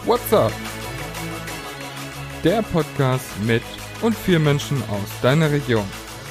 What's up? Der Podcast mit und für Menschen aus deiner Region.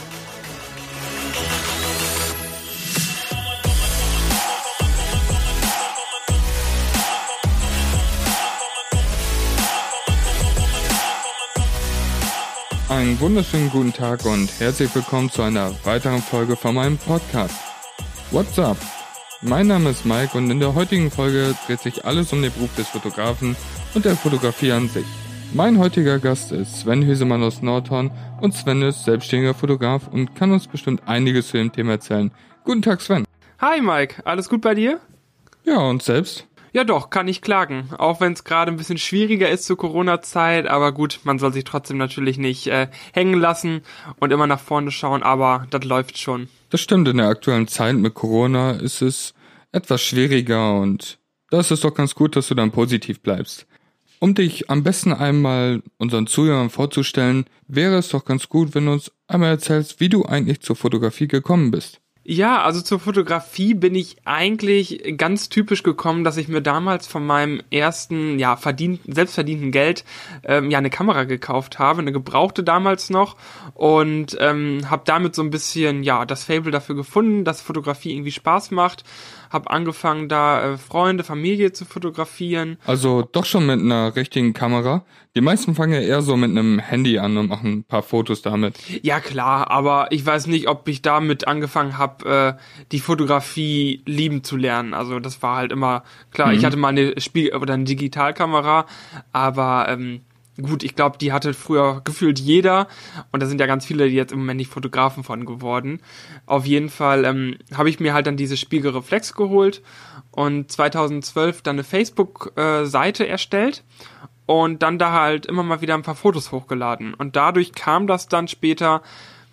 Einen wunderschönen guten Tag und herzlich willkommen zu einer weiteren Folge von meinem Podcast. What's up? Mein Name ist Mike und in der heutigen Folge dreht sich alles um den Beruf des Fotografen und der Fotografie an sich. Mein heutiger Gast ist Sven Hüsemann aus Nordhorn und Sven ist selbstständiger Fotograf und kann uns bestimmt einiges zu dem Thema erzählen. Guten Tag, Sven. Hi Mike, alles gut bei dir? Ja, und selbst? Ja doch, kann ich klagen. Auch wenn es gerade ein bisschen schwieriger ist zur Corona-Zeit, aber gut, man soll sich trotzdem natürlich nicht hängen lassen und immer nach vorne schauen, aber das läuft schon. Das stimmt, in der aktuellen Zeit mit Corona ist es etwas schwieriger und da ist es doch ganz gut, dass du dann positiv bleibst. Um dich am besten einmal unseren Zuhörern vorzustellen, wäre es doch ganz gut, wenn du uns einmal erzählst, wie du eigentlich zur Fotografie gekommen bist. Ja, also zur Fotografie bin ich eigentlich ganz typisch gekommen, dass ich mir damals von meinem ersten, selbstverdienten Geld, eine Kamera gekauft habe, eine gebrauchte damals noch und habe damit so ein bisschen, das Faible dafür gefunden, dass Fotografie irgendwie Spaß macht. Habe angefangen, da Freunde, Familie zu fotografieren. Also doch schon mit einer richtigen Kamera. Die meisten fangen ja eher so mit einem Handy an und machen ein paar Fotos damit. Ja klar, aber ich weiß nicht, ob ich damit angefangen habe, die Fotografie lieben zu lernen. Also das war halt immer, klar, Ich hatte mal eine eine Digitalkamera, aber gut, ich glaube, die hatte früher gefühlt jeder und da sind ja ganz viele, die jetzt im Moment nicht Fotografen von geworden. Auf jeden Fall habe ich mir halt dann diese Spiegelreflex geholt und 2012 dann eine Facebook-Seite erstellt und dann da halt immer mal wieder ein paar Fotos hochgeladen. Und dadurch kam das dann später,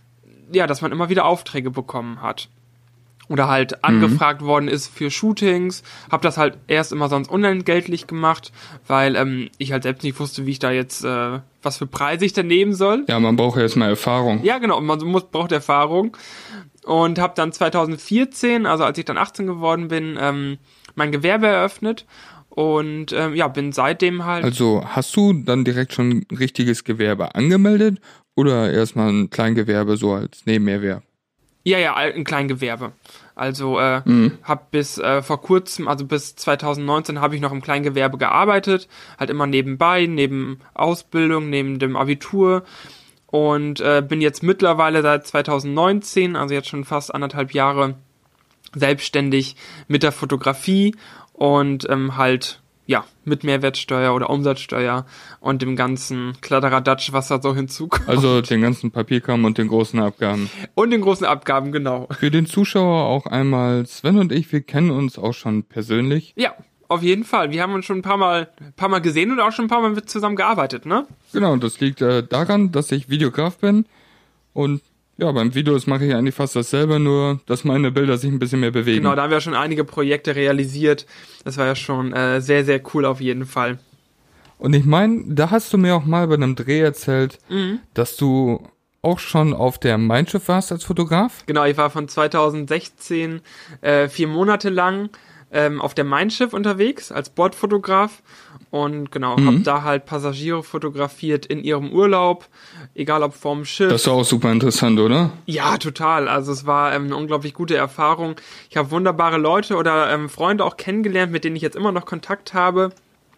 dass man immer wieder Aufträge bekommen hat. Oder halt angefragt worden ist für Shootings, hab das halt erst immer sonst unentgeltlich gemacht, weil ich halt selbst nicht wusste, wie ich da jetzt, was für Preise ich da nehmen soll. Ja, man braucht ja erstmal Erfahrung. Ja, genau, man braucht Erfahrung. Und hab dann 2014, also als ich dann 18 geworden bin, mein Gewerbe eröffnet und bin seitdem halt... Also hast du dann direkt schon ein richtiges Gewerbe angemeldet oder erstmal ein Kleingewerbe so als Nebenerwerb? Ja, ein Kleingewerbe. Also habe bis vor kurzem, also bis 2019 habe ich noch im Kleingewerbe gearbeitet, halt immer nebenbei, neben Ausbildung, neben dem Abitur und bin jetzt mittlerweile seit 2019, also jetzt schon fast 1,5 Jahre, selbstständig mit der Fotografie und mit Mehrwertsteuer oder Umsatzsteuer und dem ganzen Kladderadatsch, was da so hinzukommt. Also den ganzen Papierkram und den großen Abgaben. Und den großen Abgaben, genau. Für den Zuschauer auch einmal, Sven und ich, wir kennen uns auch schon persönlich. Ja, auf jeden Fall. Wir haben uns schon ein paar Mal gesehen und auch schon ein paar Mal mit zusammen gearbeitet, ne? Genau, das liegt daran, dass ich Videograf bin und beim Videos mache ich eigentlich fast dasselbe, nur dass meine Bilder sich ein bisschen mehr bewegen. Genau, da haben wir schon einige Projekte realisiert. Das war ja schon sehr, sehr cool auf jeden Fall. Und ich meine, da hast du mir auch mal bei einem Dreh erzählt, dass du auch schon auf der Mein Schiff warst als Fotograf? Genau, ich war von 2016 4 Monate lang auf der Mein Schiff unterwegs als Bordfotograf und habe da halt Passagiere fotografiert in ihrem Urlaub, egal ob vorm Schiff. Das war auch super interessant, oder? Ja, total. Also es war eine unglaublich gute Erfahrung. Ich habe wunderbare Leute oder Freunde auch kennengelernt, mit denen ich jetzt immer noch Kontakt habe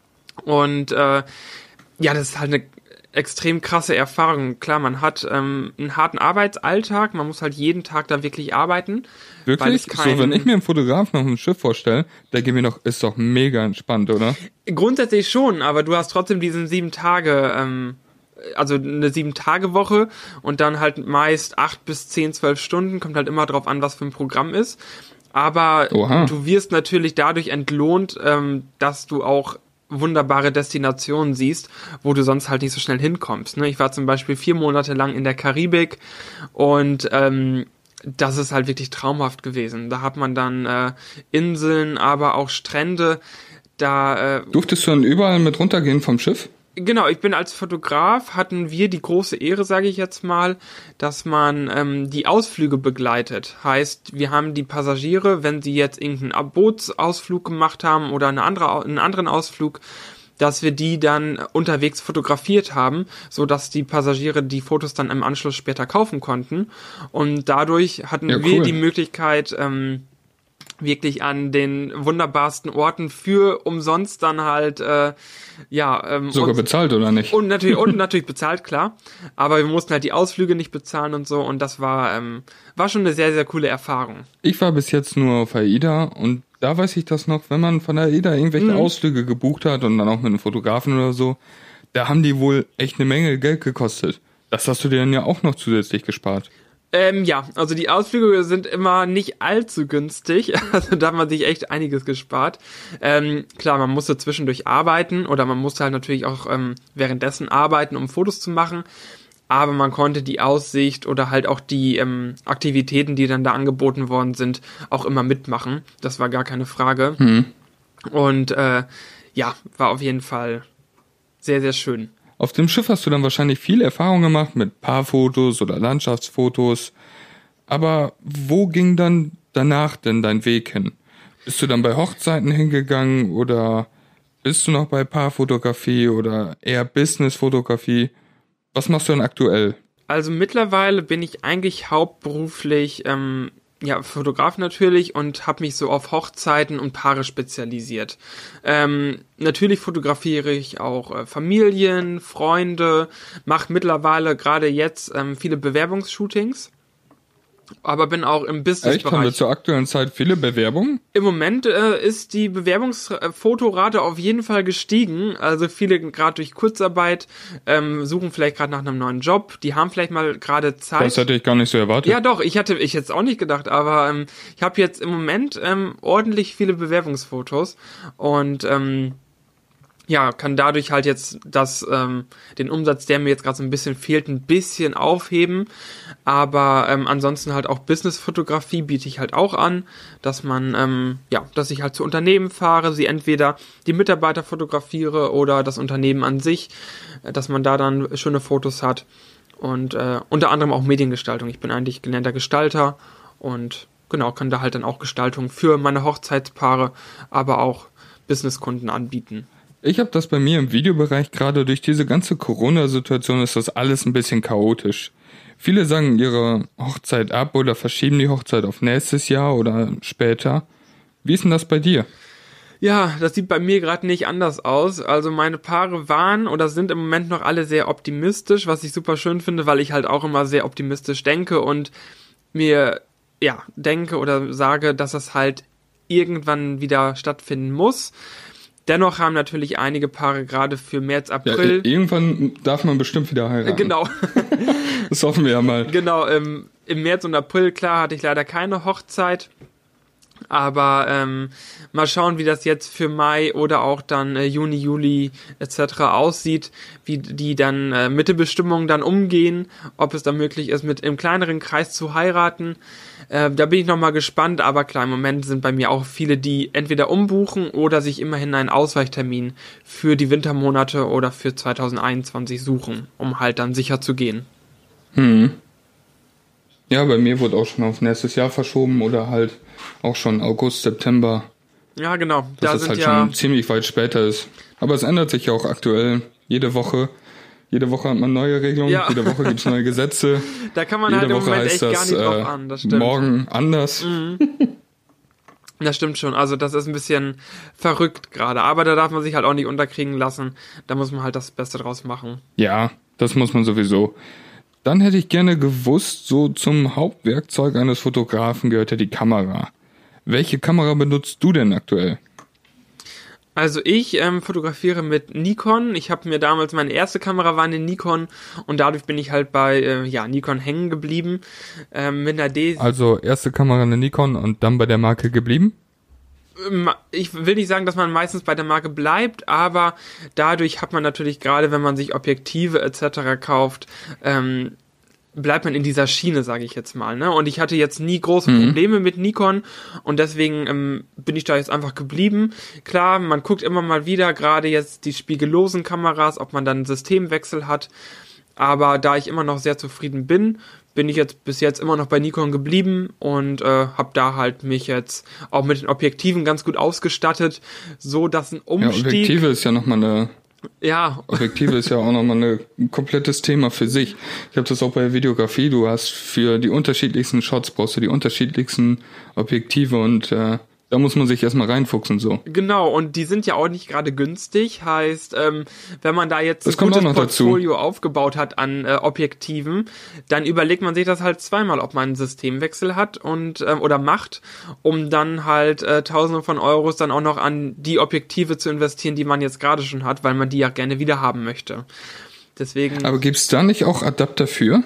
und das ist halt eine extrem krasse Erfahrung. Klar, man hat einen harten Arbeitsalltag, man muss halt jeden Tag da wirklich arbeiten. Wirklich? So, wenn ich mir einen Fotografen auf dem Schiff vorstelle, denke ich mir doch, ist doch mega entspannt, oder? Grundsätzlich schon, aber du hast trotzdem diesen 7 Tage, also eine 7-Tage-Woche und dann halt meist 8 bis 10, 12 Stunden, kommt halt immer drauf an, was für ein Programm ist. Aber du wirst natürlich dadurch entlohnt, dass du auch wunderbare Destinationen siehst, wo du sonst halt nicht so schnell hinkommst. Ne? Ich war zum Beispiel 4 Monate lang in der Karibik und das ist halt wirklich traumhaft gewesen. Da hat man dann Inseln, aber auch Strände. Durftest du dann überall mit runtergehen vom Schiff? Genau, ich bin als Fotograf, hatten wir die große Ehre, sage ich jetzt mal, dass man die Ausflüge begleitet. Heißt, wir haben die Passagiere, wenn sie jetzt irgendeinen Bootsausflug gemacht haben oder einen anderen Ausflug, dass wir die dann unterwegs fotografiert haben, so dass die Passagiere die Fotos dann im Anschluss später kaufen konnten. Und dadurch hatten wir die Möglichkeit, wirklich an den wunderbarsten Orten für umsonst dann halt sogar bezahlt, oder nicht? Und natürlich bezahlt, klar. Aber wir mussten halt die Ausflüge nicht bezahlen und so, und das war schon eine sehr, sehr coole Erfahrung. Ich war bis jetzt nur auf AIDA, und da weiß ich das noch, wenn man von AIDA irgendwelche Ausflüge gebucht hat und dann auch mit einem Fotografen oder so, da haben die wohl echt eine Menge Geld gekostet. Das hast du dir dann ja auch noch zusätzlich gespart. Also die Ausflüge sind immer nicht allzu günstig, also da hat man sich echt einiges gespart. Klar, man musste zwischendurch arbeiten, oder man musste halt natürlich auch währenddessen arbeiten, um Fotos zu machen, aber man konnte die Aussicht oder halt auch die Aktivitäten, die dann da angeboten worden sind, auch immer mitmachen. Das war gar keine Frage. Und war auf jeden Fall sehr, sehr schön. Auf dem Schiff hast du dann wahrscheinlich viel Erfahrung gemacht mit Paarfotos oder Landschaftsfotos. Aber wo ging dann danach denn dein Weg hin? Bist du dann bei Hochzeiten hingegangen oder bist du noch bei Paarfotografie oder eher Businessfotografie? Was machst du denn aktuell? Also mittlerweile bin ich eigentlich hauptberuflich Fotograf natürlich und habe mich so auf Hochzeiten und Paare spezialisiert. Natürlich fotografiere ich auch Familien, Freunde, mache mittlerweile gerade jetzt viele Bewerbungsshootings, aber bin auch im Businessbereich. Echt? Haben wir zur aktuellen Zeit viele Bewerbungen? Im Moment ist die Bewerbungsfotorate auf jeden Fall gestiegen. Also viele gerade durch Kurzarbeit suchen vielleicht gerade nach einem neuen Job. Die haben vielleicht mal gerade Zeit. Das hätte ich gar nicht so erwartet. Ja doch, ich hätte es auch nicht gedacht, aber ich habe jetzt im Moment ordentlich viele Bewerbungsfotos und kann dadurch halt jetzt den Umsatz, der mir jetzt gerade so ein bisschen fehlt, ein bisschen aufheben. Aber ansonsten halt auch Businessfotografie biete ich halt auch an, dass man, dass ich halt zu Unternehmen fahre, sie entweder die Mitarbeiter fotografiere oder das Unternehmen an sich, dass man da dann schöne Fotos hat. Und unter anderem auch Mediengestaltung. Ich bin eigentlich gelernter Gestalter und genau, kann da halt dann auch Gestaltung für meine Hochzeitspaare, aber auch Businesskunden anbieten. Ich habe das bei mir im Videobereich, gerade durch diese ganze Corona-Situation ist das alles ein bisschen chaotisch. Viele sagen ihre Hochzeit ab oder verschieben die Hochzeit auf nächstes Jahr oder später. Wie ist denn das bei dir? Ja, das sieht bei mir gerade nicht anders aus. Also meine Paare waren oder sind im Moment noch alle sehr optimistisch, was ich super schön finde, weil ich halt auch immer sehr optimistisch denke und mir denke oder sage, dass das halt irgendwann wieder stattfinden muss. Dennoch haben natürlich einige Paare gerade für März, April... Ja, irgendwann darf man bestimmt wieder heiraten. Genau. Das hoffen wir ja mal. Genau, im März und April, klar, hatte ich leider keine Hochzeit. Aber mal schauen, wie das jetzt für Mai oder auch dann Juni, Juli etc. aussieht, wie die dann mit der Bestimmung dann umgehen, ob es dann möglich ist, mit im kleineren Kreis zu heiraten. Da bin ich nochmal gespannt, aber klar, im Moment sind bei mir auch viele, die entweder umbuchen oder sich immerhin einen Ausweichtermin für die Wintermonate oder für 2021 suchen, um halt dann sicher zu gehen. Ja, bei mir wurde auch schon auf nächstes Jahr verschoben oder halt auch schon August, September. Ja, genau. Dass es halt schon ziemlich weit später ist. Aber es ändert sich ja auch aktuell jede Woche. Jede Woche hat man neue Regelungen, jede Woche gibt's neue Gesetze. Da kann man jede halt im Moment echt gar nicht drauf an, das stimmt. Morgen anders. Das stimmt schon, also das ist ein bisschen verrückt gerade, aber da darf man sich halt auch nicht unterkriegen lassen, da muss man halt das Beste draus machen. Ja, das muss man sowieso. Dann hätte ich gerne gewusst, so zum Hauptwerkzeug eines Fotografen gehört ja die Kamera. Welche Kamera benutzt du denn aktuell? Also ich fotografiere mit Nikon. Ich habe mir damals, meine erste Kamera war eine Nikon und dadurch bin ich halt bei Nikon hängen geblieben. Mit einer Also erste Kamera eine Nikon und dann bei der Marke geblieben? Ich will nicht sagen, dass man meistens bei der Marke bleibt, aber dadurch hat man natürlich, gerade wenn man sich Objektive etc. kauft, bleibt man in dieser Schiene, sage ich jetzt mal, ne? Und ich hatte jetzt nie große Probleme mit Nikon und deswegen bin ich da jetzt einfach geblieben. Klar, man guckt immer mal wieder, gerade jetzt die spiegellosen Kameras, ob man dann einen Systemwechsel hat. Aber da ich immer noch sehr zufrieden bin bin ich jetzt bis jetzt immer noch bei Nikon geblieben und habe da halt mich jetzt auch mit den Objektiven ganz gut ausgestattet, so dass ein Umstieg... Objektive ist ja nochmal Objektive ist ja auch nochmal ein komplettes Thema für sich. Ich habe das auch bei Videografie, du hast für die unterschiedlichsten Shots brauchst du die unterschiedlichsten Objektive und da muss man sich erstmal reinfuchsen, so. Genau, und die sind ja auch nicht gerade günstig. Heißt, wenn man da jetzt ein gutes Portfolio aufgebaut hat an Objektiven, dann überlegt man sich das halt zweimal, ob man einen Systemwechsel hat und oder macht, um dann halt Tausende von Euros dann auch noch an die Objektive zu investieren, die man jetzt gerade schon hat, weil man die ja gerne wieder haben möchte. Deswegen. Aber gibt's da nicht auch Adapter für?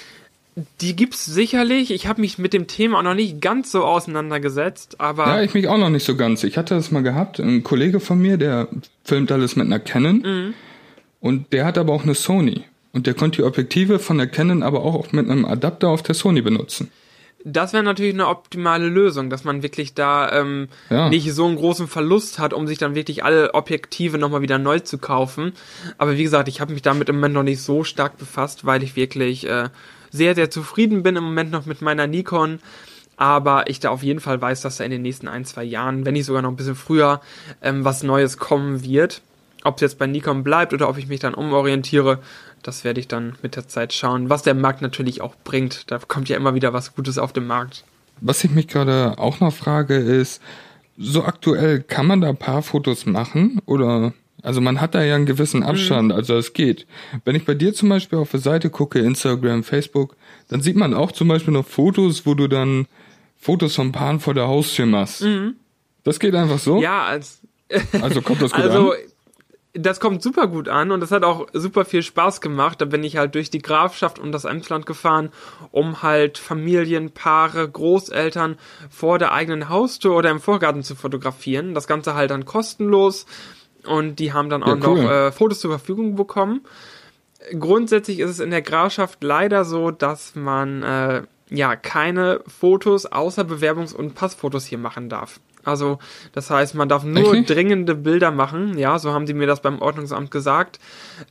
Die gibt's sicherlich. Ich habe mich mit dem Thema auch noch nicht ganz so auseinandergesetzt, aber... Ja, ich mich auch noch nicht so ganz. Ich hatte das mal gehabt. Ein Kollege von mir, der filmt alles mit einer Canon und der hat aber auch eine Sony. Und der konnte die Objektive von der Canon aber auch mit einem Adapter auf der Sony benutzen. Das wäre natürlich eine optimale Lösung, dass man wirklich da nicht so einen großen Verlust hat, um sich dann wirklich alle Objektive nochmal wieder neu zu kaufen. Aber wie gesagt, ich habe mich damit im Moment noch nicht so stark befasst, weil ich wirklich... sehr, sehr zufrieden bin im Moment noch mit meiner Nikon, aber ich da auf jeden Fall weiß, dass da in den nächsten 1-2 Jahren, wenn nicht sogar noch ein bisschen früher, was Neues kommen wird. Ob es jetzt bei Nikon bleibt oder ob ich mich dann umorientiere, das werde ich dann mit der Zeit schauen, was der Markt natürlich auch bringt. Da kommt ja immer wieder was Gutes auf den Markt. Was ich mich gerade auch noch frage ist, so aktuell kann man da Paarfotos machen oder... Also man hat da ja einen gewissen Abstand, also es geht. Wenn ich bei dir zum Beispiel auf der Seite gucke, Instagram, Facebook, dann sieht man auch zum Beispiel noch Fotos, wo du dann Fotos von Paaren vor der Haustür machst. Das geht einfach so? Ja, also kommt das gut an? Das kommt super gut an und das hat auch super viel Spaß gemacht. Da bin ich halt durch die Grafschaft und das Emsland gefahren, um halt Familien, Paare, Großeltern vor der eigenen Haustür oder im Vorgarten zu fotografieren. Das Ganze halt dann kostenlos. Und die haben dann auch noch Fotos zur Verfügung bekommen. Grundsätzlich ist es in der Grafschaft leider so, dass man keine Fotos außer Bewerbungs- und Passfotos hier machen darf. Also das heißt, man darf nur dringende Bilder machen. Ja, so haben die mir das beim Ordnungsamt gesagt.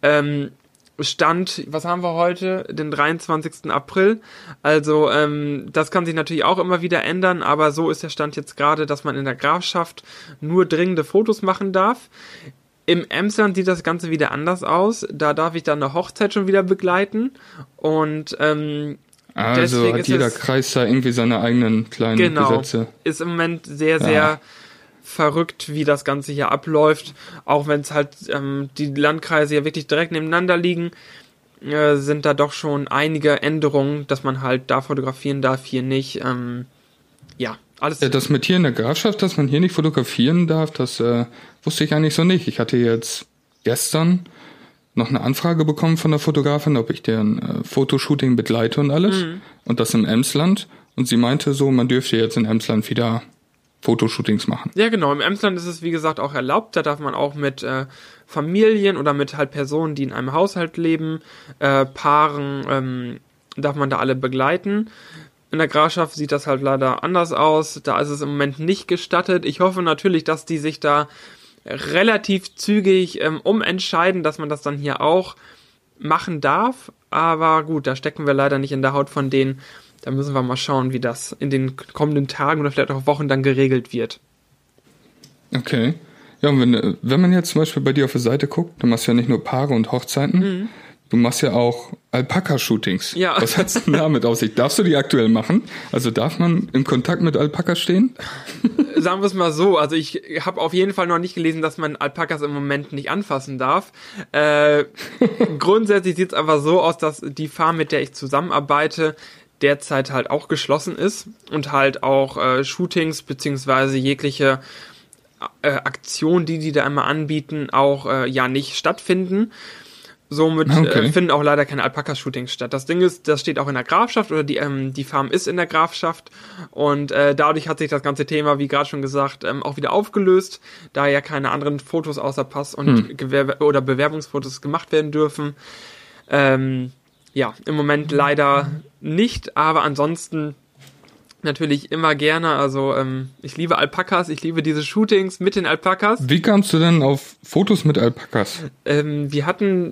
Stand, was haben wir heute? Den 23. April. Also das kann sich natürlich auch immer wieder ändern, aber so ist der Stand jetzt gerade, dass man in der Grafschaft nur dringende Fotos machen darf. Im Emsland sieht das Ganze wieder anders aus. Da darf ich dann eine Hochzeit schon wieder begleiten und also hat jeder Kreis da irgendwie seine eigenen kleinen Gesetze. Ist im Moment sehr, sehr verrückt, wie das Ganze hier abläuft. Auch wenn es halt die Landkreise ja wirklich direkt nebeneinander liegen, sind da doch schon einige Änderungen, dass man halt da fotografieren darf, hier nicht. Alles. Ja, das mit hier in der Grafschaft, dass man hier nicht fotografieren darf, das wusste ich eigentlich so nicht. Ich hatte jetzt gestern noch eine Anfrage bekommen von der Fotografin, ob ich deren Fotoshooting begleite und alles. Und das im Emsland. Und sie meinte so, man dürfte jetzt in Emsland wieder Fotoshootings machen. Ja, genau. Im Emsland ist es, wie gesagt, auch erlaubt. Da darf man auch mit Familien oder mit halt Personen, die in einem Haushalt leben, Paaren, darf man da alle begleiten. In der Grafschaft sieht das halt leider anders aus. Da ist es im Moment nicht gestattet. Ich hoffe natürlich, dass die sich da relativ zügig umentscheiden, dass man das dann hier auch machen darf. Aber gut, da stecken wir leider nicht in der Haut von denen. Da müssen wir mal schauen, wie das in den kommenden Tagen oder vielleicht auch Wochen dann geregelt wird. Okay. Ja, und wenn man jetzt zum Beispiel bei dir auf der Seite guckt, dann machst du ja nicht nur Paare und Hochzeiten, du machst ja auch Alpaka-Shootings. Ja. Was hat's denn damit auf sich? Darfst du die aktuell machen? Also darf man in Kontakt mit Alpakas stehen? Sagen wir es mal so, also ich habe auf jeden Fall noch nicht gelesen, dass man Alpakas im Moment nicht anfassen darf. Grundsätzlich sieht es aber so aus, dass die Farm, mit der ich zusammenarbeite, derzeit halt auch geschlossen ist und halt auch Shootings beziehungsweise jegliche Aktionen, die da immer anbieten, auch nicht stattfinden. Somit finden auch leider keine Alpaka-Shootings statt. Das Ding ist, das steht auch in der Grafschaft oder die Farm ist in der Grafschaft und dadurch hat sich das ganze Thema, wie gerade schon gesagt, auch wieder aufgelöst, da ja keine anderen Fotos außer Pass und oder Bewerbungsfotos gemacht werden dürfen. Im Moment leider nicht, aber ansonsten natürlich immer gerne. Also ich liebe Alpakas, ich liebe diese Shootings mit den Alpakas. Wie kamst du denn auf Fotos mit Alpakas? Wir hatten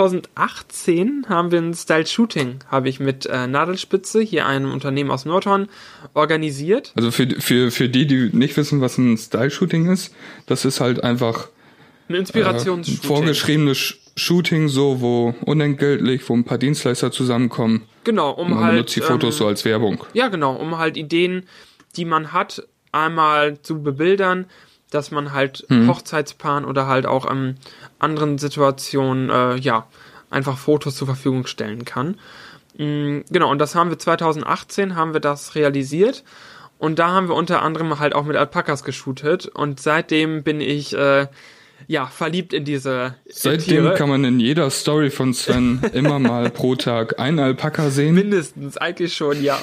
2018 haben wir ein Style-Shooting, habe ich mit Nadelspitze, hier einem Unternehmen aus Nordhorn, organisiert. Also für die nicht wissen, was ein Style-Shooting ist, das ist halt einfach ein Inspirationsshooting. Vorgeschriebenes Shooting, so wo unentgeltlich, wo ein paar Dienstleister zusammenkommen. Genau, und man benutzt die Fotos so als Werbung. Ja, genau, um halt Ideen, die man hat, einmal zu bebildern, dass man halt Hochzeitspaaren oder halt auch in anderen Situationen, einfach Fotos zur Verfügung stellen kann. Genau, und das haben wir 2018, haben wir das realisiert. Und da haben wir unter anderem halt auch mit Alpakas geshootet. Und seitdem bin ich verliebt in diese Seitdem Tiere. Kann man in jeder Story von Sven immer mal pro Tag einen Alpaka sehen. Mindestens, eigentlich schon, ja.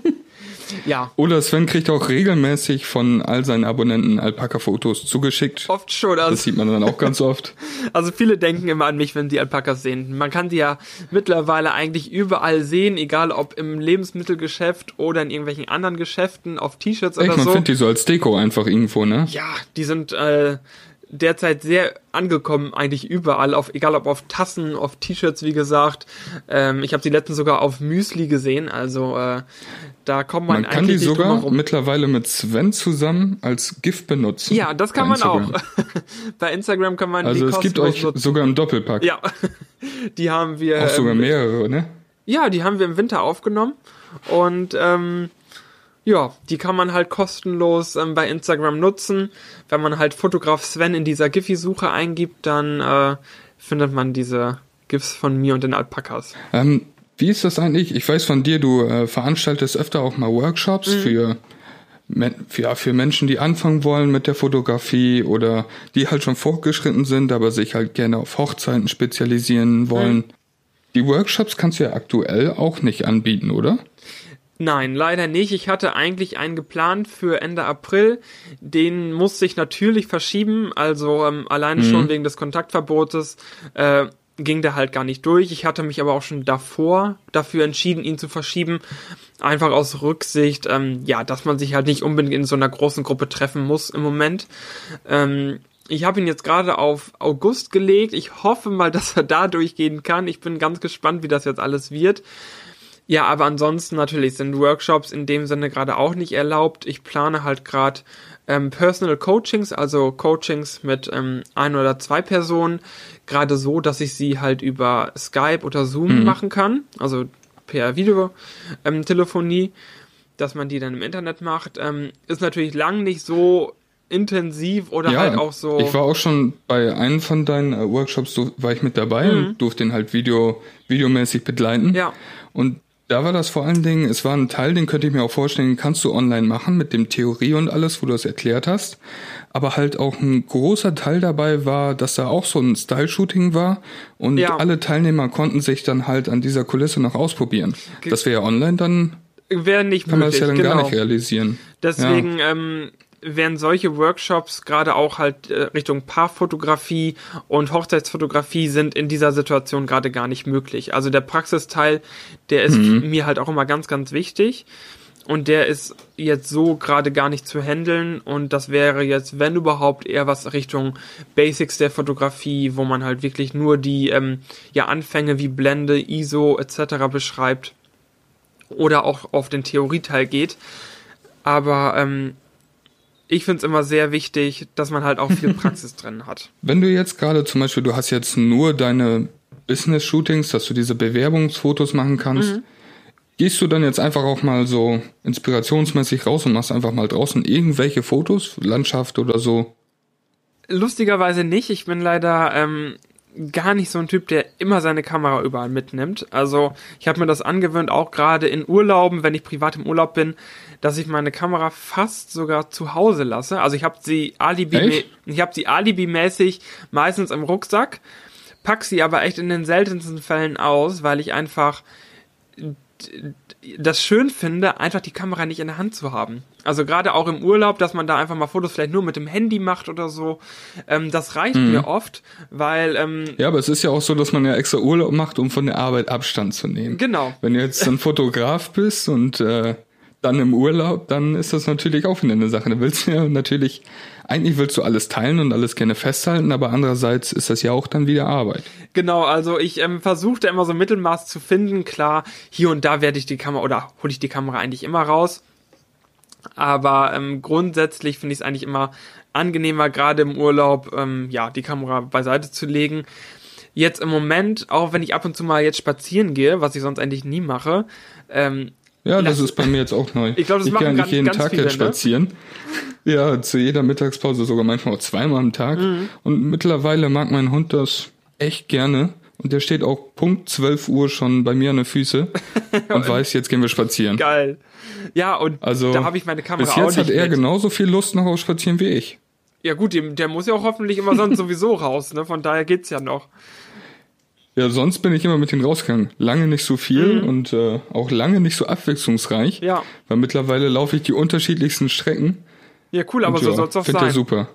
Ja. Oder Sven kriegt auch regelmäßig von all seinen Abonnenten Alpaka-Fotos zugeschickt. Oft schon. Also das sieht man dann auch ganz oft. Also viele denken immer an mich, wenn die Alpakas sehen. Man kann die ja mittlerweile eigentlich überall sehen, egal ob im Lebensmittelgeschäft oder in irgendwelchen anderen Geschäften, auf T-Shirts oder so. Man findet die so als Deko einfach irgendwo, ne? Ja, die sind derzeit sehr angekommen, eigentlich überall, egal ob auf Tassen, auf T-Shirts, wie gesagt. Ich habe sie letztens sogar auf Müsli gesehen, also da kommt man eigentlich nicht drum herum. Man kann die sogar mittlerweile mit Sven zusammen als GIF benutzen. Ja, das kann man auch. Bei Instagram kann man also die es gibt euch nutzen. Sogar im Doppelpack. Ja, die haben wir... Auch sogar mehrere, ne? Ja, die haben wir im Winter aufgenommen und die kann man halt kostenlos bei Instagram nutzen. Wenn man halt Fotograf Sven in dieser Giphy-Suche eingibt, dann findet man diese GIFs von mir und den Alpakas. Wie ist das eigentlich? Ich weiß von dir, du veranstaltest öfter auch mal Workshops für Menschen, die anfangen wollen mit der Fotografie oder die halt schon fortgeschritten sind, aber sich halt gerne auf Hochzeiten spezialisieren wollen. Die Workshops kannst du ja aktuell auch nicht anbieten, oder? Nein, leider nicht. Ich hatte eigentlich einen geplant für Ende April. Den musste ich natürlich verschieben. Also alleine schon wegen des Kontaktverbotes ging der halt gar nicht durch. Ich hatte mich aber auch schon davor dafür entschieden, ihn zu verschieben. Einfach aus Rücksicht, dass man sich halt nicht unbedingt in so einer großen Gruppe treffen muss im Moment. Ich habe ihn jetzt gerade auf August gelegt. Ich hoffe mal, dass er da durchgehen kann. Ich bin ganz gespannt, wie das jetzt alles wird. Ja, aber ansonsten natürlich sind Workshops in dem Sinne gerade auch nicht erlaubt. Ich plane halt gerade Personal Coachings, also Coachings mit 1 oder 2 Personen, gerade so, dass ich sie halt über Skype oder Zoom machen kann, also per Videotelefonie, dass man die dann im Internet macht. Ist natürlich lang nicht so intensiv oder halt auch so... Ich war auch schon bei einem von deinen Workshops, war ich mit dabei und durfte den halt videomäßig begleiten. Ja. Und da war das vor allen Dingen, es war ein Teil, den könnte ich mir auch vorstellen, kannst du online machen mit dem Theorie und alles, wo du es erklärt hast. Aber halt auch ein großer Teil dabei war, dass da auch so ein Style-Shooting war und alle Teilnehmer konnten sich dann halt an dieser Kulisse noch ausprobieren. Das wäre ja online dann, wäre nicht kann man möglich, das ja dann gar nicht realisieren. Deswegen werden solche Workshops, gerade auch halt Richtung Paarfotografie und Hochzeitsfotografie, sind in dieser Situation gerade gar nicht möglich. Also der Praxisteil, der ist mir halt auch immer ganz, ganz wichtig. Und der ist jetzt so gerade gar nicht zu handeln. Und das wäre jetzt, wenn überhaupt, eher was Richtung Basics der Fotografie, wo man halt wirklich nur die Anfänge wie Blende, ISO etc. beschreibt. Oder auch auf den Theorieteil geht. Aber ich finde es immer sehr wichtig, dass man halt auch viel Praxis drin hat. Wenn du jetzt gerade zum Beispiel, du hast jetzt nur deine Business-Shootings, dass du diese Bewerbungsfotos machen kannst, gehst du dann jetzt einfach auch mal so inspirationsmäßig raus und machst einfach mal draußen irgendwelche Fotos, Landschaft oder so? Lustigerweise nicht. Ich bin leider gar nicht so ein Typ, der immer seine Kamera überall mitnimmt. Also ich habe mir das angewöhnt, auch gerade in Urlauben, wenn ich privat im Urlaub bin, dass ich meine Kamera fast sogar zu Hause lasse. Also ich habe sie alibimäßig meistens im Rucksack, pack sie aber echt in den seltensten Fällen aus, weil ich einfach das schön finde, einfach die Kamera nicht in der Hand zu haben. Also gerade auch im Urlaub, dass man da einfach mal Fotos vielleicht nur mit dem Handy macht oder so. Das reicht mir oft, weil... ja, aber es ist ja auch so, dass man ja extra Urlaub macht, um von der Arbeit Abstand zu nehmen. Genau. Wenn du jetzt ein Fotograf bist und dann im Urlaub, dann ist das natürlich auch wieder eine Sache. Da willst du ja natürlich, eigentlich willst du alles teilen und alles gerne festhalten, aber andererseits ist das ja auch dann wieder Arbeit. Genau, also ich versuche da immer so ein Mittelmaß zu finden. Klar, hier und da hole ich die Kamera eigentlich immer raus. Aber grundsätzlich finde ich es eigentlich immer angenehmer, gerade im Urlaub, die Kamera beiseite zu legen. Jetzt im Moment, auch wenn ich ab und zu mal jetzt spazieren gehe, was ich sonst eigentlich nie mache, das ist bei mir jetzt auch neu. Ich glaube, das machen ganz jeden Tag viele, jetzt spazieren. Ne? Ja, zu jeder Mittagspause, sogar manchmal auch zweimal am Tag. Und mittlerweile mag mein Hund das echt gerne. Und der steht auch Punkt 12 Uhr schon bei mir an den Füßen und weiß, jetzt gehen wir spazieren. Geil. Ja, und also, da habe ich meine Kamera bis jetzt auch nicht hat er mit. genauso viel Lust noch auf Spazieren wie ich. Ja gut, der muss ja auch hoffentlich immer sonst sowieso raus, ne? Von daher geht's ja noch. Ja, sonst bin ich immer mit denen rausgegangen. Lange nicht so viel und auch lange nicht so abwechslungsreich. Ja. Weil mittlerweile laufe ich die unterschiedlichsten Strecken. Ja, cool, aber so soll's auch sein. Finde ich super.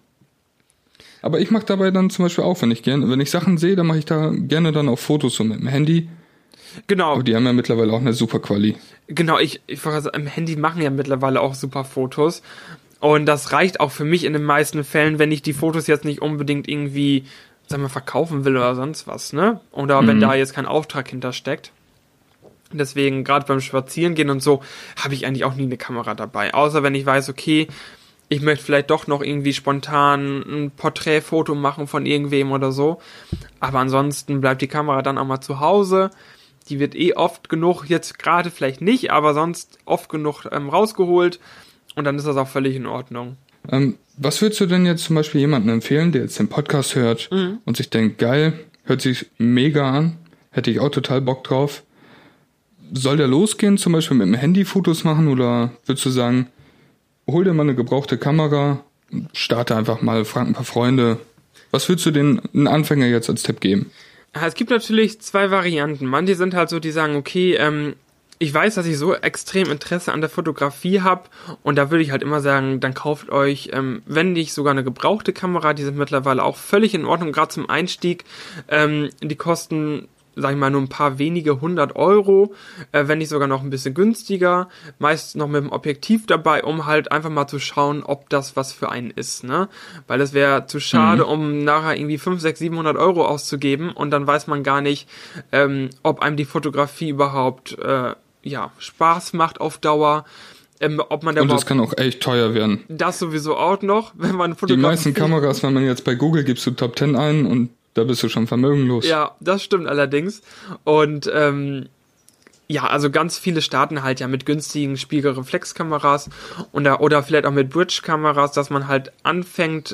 Aber ich mache dabei dann zum Beispiel auch, wenn ich Sachen sehe, dann mache ich da gerne dann auch Fotos so mit dem Handy. Genau. Aber die haben ja mittlerweile auch eine super Quali. Genau, ich im Handy machen ja mittlerweile auch super Fotos. Und das reicht auch für mich in den meisten Fällen, wenn ich die Fotos jetzt nicht unbedingt irgendwie, sagen wir, verkaufen will oder sonst was, ne? Oder wenn da jetzt kein Auftrag hintersteckt. Deswegen, gerade beim Spazierengehen und so, habe ich eigentlich auch nie eine Kamera dabei. Außer wenn ich weiß, okay, ich möchte vielleicht doch noch irgendwie spontan ein Porträtfoto machen von irgendwem oder so. Aber ansonsten bleibt die Kamera dann auch mal zu Hause. Die wird oft genug, jetzt gerade vielleicht nicht, aber sonst oft genug rausgeholt. Und dann ist das auch völlig in Ordnung. Was würdest du denn jetzt zum Beispiel jemandem empfehlen, der jetzt den Podcast hört und sich denkt, geil, hört sich mega an, hätte ich auch total Bock drauf. Soll der losgehen, zum Beispiel mit dem Handy Fotos machen, oder würdest du sagen, hol dir mal eine gebrauchte Kamera, starte einfach mal, frag ein paar Freunde. Was würdest du den einen Anfänger jetzt als Tipp geben? Es gibt natürlich zwei Varianten. Manche sind halt so, die sagen, okay, ich weiß, dass ich so extrem Interesse an der Fotografie habe, und da würde ich halt immer sagen, dann kauft euch, wenn nicht sogar eine gebrauchte Kamera, die sind mittlerweile auch völlig in Ordnung, gerade zum Einstieg. Die kosten, sag ich mal, nur ein paar wenige 100 €, wenn nicht sogar noch ein bisschen günstiger, meist noch mit dem Objektiv dabei, um halt einfach mal zu schauen, ob das was für einen ist, ne? Weil es wäre zu schade, um nachher irgendwie 500, 600, 700 € auszugeben, und dann weiß man gar nicht, ob einem die Fotografie überhaupt Spaß macht auf Dauer. Ob man da und das kann auch echt teuer werden. Das sowieso auch noch, wenn man Fotografie... Die meisten Kameras, wenn man jetzt bei Google gibst du Top 10 ein, und da bist du schon vermögenlos. Ja, das stimmt allerdings. Und also ganz viele starten halt ja mit günstigen Spiegelreflexkameras oder vielleicht auch mit Bridge-Kameras, dass man halt anfängt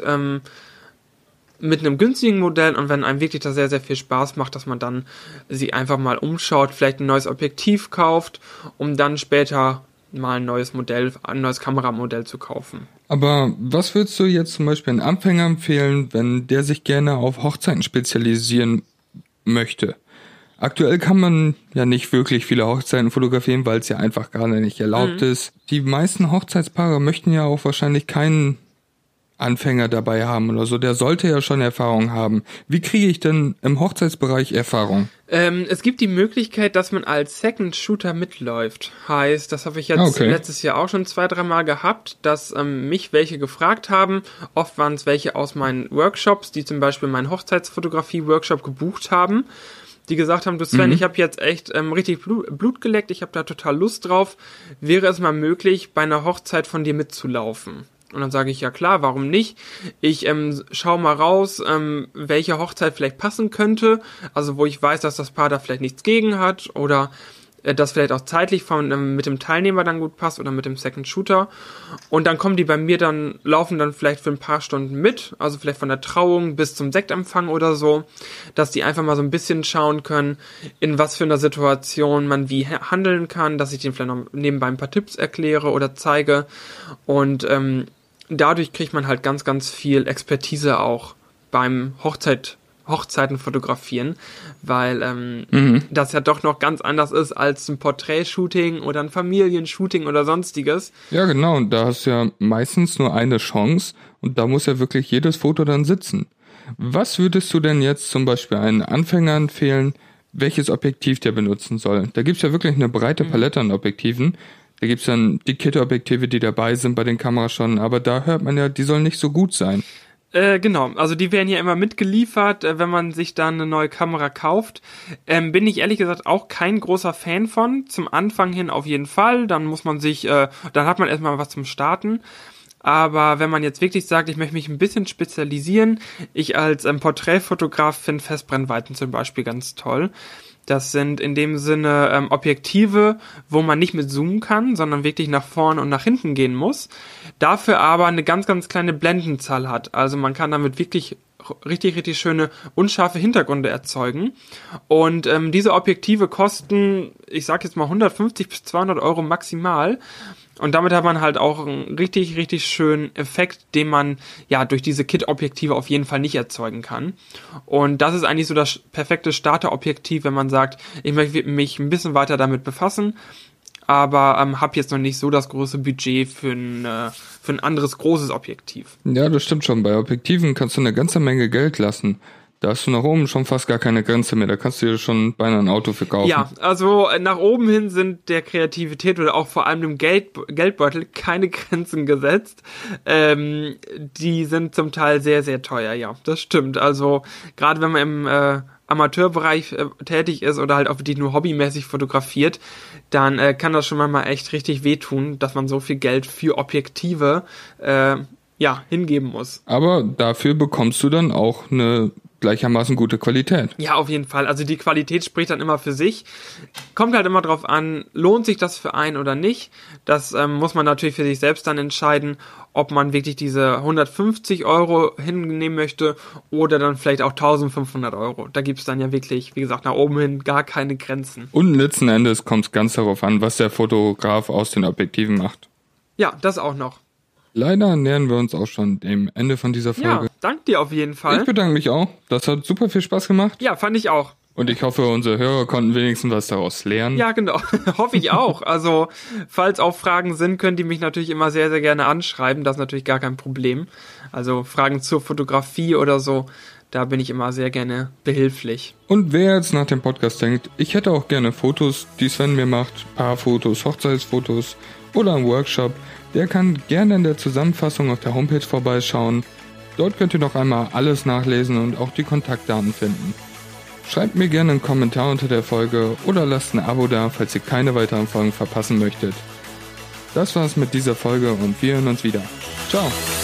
mit einem günstigen Modell, und wenn einem wirklich das sehr, sehr viel Spaß macht, dass man dann sie einfach mal umschaut, vielleicht ein neues Objektiv kauft, um dann später mal ein neues Kameramodell zu kaufen. Aber was würdest du jetzt zum Beispiel einem Anfänger empfehlen, wenn der sich gerne auf Hochzeiten spezialisieren möchte? Aktuell kann man ja nicht wirklich viele Hochzeiten fotografieren, weil es ja einfach gerade nicht erlaubt ist. Die meisten Hochzeitspaare möchten ja auch wahrscheinlich keinen Anfänger dabei haben oder so. Der sollte ja schon Erfahrung haben. Wie kriege ich denn im Hochzeitsbereich Erfahrung? Es gibt die Möglichkeit, dass man als Second Shooter mitläuft. Heißt, das habe ich jetzt letztes Jahr auch schon 2-3 Mal gehabt, dass mich welche gefragt haben. Oft waren es welche aus meinen Workshops, die zum Beispiel meinen Hochzeitsfotografie-Workshop gebucht haben, die gesagt haben, du Sven, ich habe jetzt echt richtig Blut geleckt, ich habe da total Lust drauf. Wäre es mal möglich, bei einer Hochzeit von dir mitzulaufen? Und dann sage ich, ja klar, warum nicht? Ich schau mal raus, welche Hochzeit vielleicht passen könnte. Also wo ich weiß, dass das Paar da vielleicht nichts gegen hat, oder das vielleicht auch zeitlich mit dem Teilnehmer dann gut passt oder mit dem Second Shooter. Und dann kommen die bei mir laufen dann vielleicht für ein paar Stunden mit, also vielleicht von der Trauung bis zum Sektempfang oder so, dass die einfach mal so ein bisschen schauen können, in was für einer Situation man wie handeln kann, dass ich denen vielleicht noch nebenbei ein paar Tipps erkläre oder zeige. Und dadurch kriegt man halt ganz, ganz viel Expertise auch beim Hochzeiten fotografieren, weil das ja doch noch ganz anders ist als ein Porträtshooting oder ein Familienshooting oder sonstiges. Ja, genau, und da hast du ja meistens nur eine Chance, und da muss ja wirklich jedes Foto dann sitzen. Was würdest du denn jetzt zum Beispiel einem Anfänger empfehlen, welches Objektiv der benutzen soll? Da gibt's ja wirklich eine breite Palette an Objektiven. Da gibt's dann die Kit-Objektive, die dabei sind bei den Kameras schon, aber da hört man ja, die sollen nicht so gut sein. Genau, also die werden ja immer mitgeliefert, wenn man sich dann eine neue Kamera kauft. Bin ich ehrlich gesagt auch kein großer Fan von. Zum Anfang hin auf jeden Fall, dann muss man sich, dann hat man erstmal was zum Starten. Aber wenn man jetzt wirklich sagt, ich möchte mich ein bisschen spezialisieren, ich als Porträtfotograf finde Festbrennweiten zum Beispiel ganz toll. Das sind in dem Sinne Objektive, wo man nicht mit zoomen kann, sondern wirklich nach vorne und nach hinten gehen muss. Dafür aber eine ganz, ganz kleine Blendenzahl hat. Also man kann damit wirklich richtig, richtig schöne, unscharfe Hintergründe erzeugen. Und diese Objektive kosten, ich sag jetzt mal 150 bis 200 Euro maximal. Und damit hat man halt auch einen richtig, richtig schönen Effekt, den man ja durch diese Kit-Objektive auf jeden Fall nicht erzeugen kann. Und das ist eigentlich so das perfekte Starterobjektiv, wenn man sagt, ich möchte mich ein bisschen weiter damit befassen, aber habe jetzt noch nicht so das große Budget für ein anderes großes Objektiv. Ja, das stimmt schon. Bei Objektiven kannst du eine ganze Menge Geld lassen. Da hast du nach oben schon fast gar keine Grenze mehr. Da kannst du dir schon beinahe ein Auto für kaufen. Ja, also nach oben hin sind der Kreativität oder auch vor allem dem Geldbeutel keine Grenzen gesetzt. Die sind zum Teil sehr, sehr teuer, ja, das stimmt. Also gerade wenn man im Amateurbereich tätig ist oder halt auch wirklich nur hobbymäßig fotografiert, dann kann das schon mal echt richtig wehtun, dass man so viel Geld für Objektive hingeben muss. Aber dafür bekommst du dann auch eine gleichermaßen gute Qualität. Ja, auf jeden Fall. Also die Qualität spricht dann immer für sich. Kommt halt immer drauf an, lohnt sich das für einen oder nicht. Das muss man natürlich für sich selbst dann entscheiden, ob man wirklich diese 150 Euro hinnehmen möchte oder dann vielleicht auch 1500 Euro. Da gibt's dann ja wirklich, wie gesagt, nach oben hin gar keine Grenzen. Und letzten Endes kommt es ganz darauf an, was der Fotograf aus den Objektiven macht. Ja, das auch noch. Leider nähern wir uns auch schon dem Ende von dieser Folge. Ja, danke dir auf jeden Fall. Ich bedanke mich auch. Das hat super viel Spaß gemacht. Ja, fand ich auch. Und ich hoffe, unsere Hörer konnten wenigstens was daraus lernen. Ja, genau. Hoffe ich auch. Also, falls auch Fragen sind, können die mich natürlich immer sehr, sehr gerne anschreiben. Das ist natürlich gar kein Problem. Also, Fragen zur Fotografie oder so, da bin ich immer sehr gerne behilflich. Und wer jetzt nach dem Podcast denkt, ich hätte auch gerne Fotos, die Sven mir macht, Paarfotos, Hochzeitsfotos oder einen Workshop, der kann gerne in der Zusammenfassung auf der Homepage vorbeischauen. Dort könnt ihr noch einmal alles nachlesen und auch die Kontaktdaten finden. Schreibt mir gerne einen Kommentar unter der Folge oder lasst ein Abo da, falls ihr keine weiteren Folgen verpassen möchtet. Das war's mit dieser Folge und wir hören uns wieder. Ciao!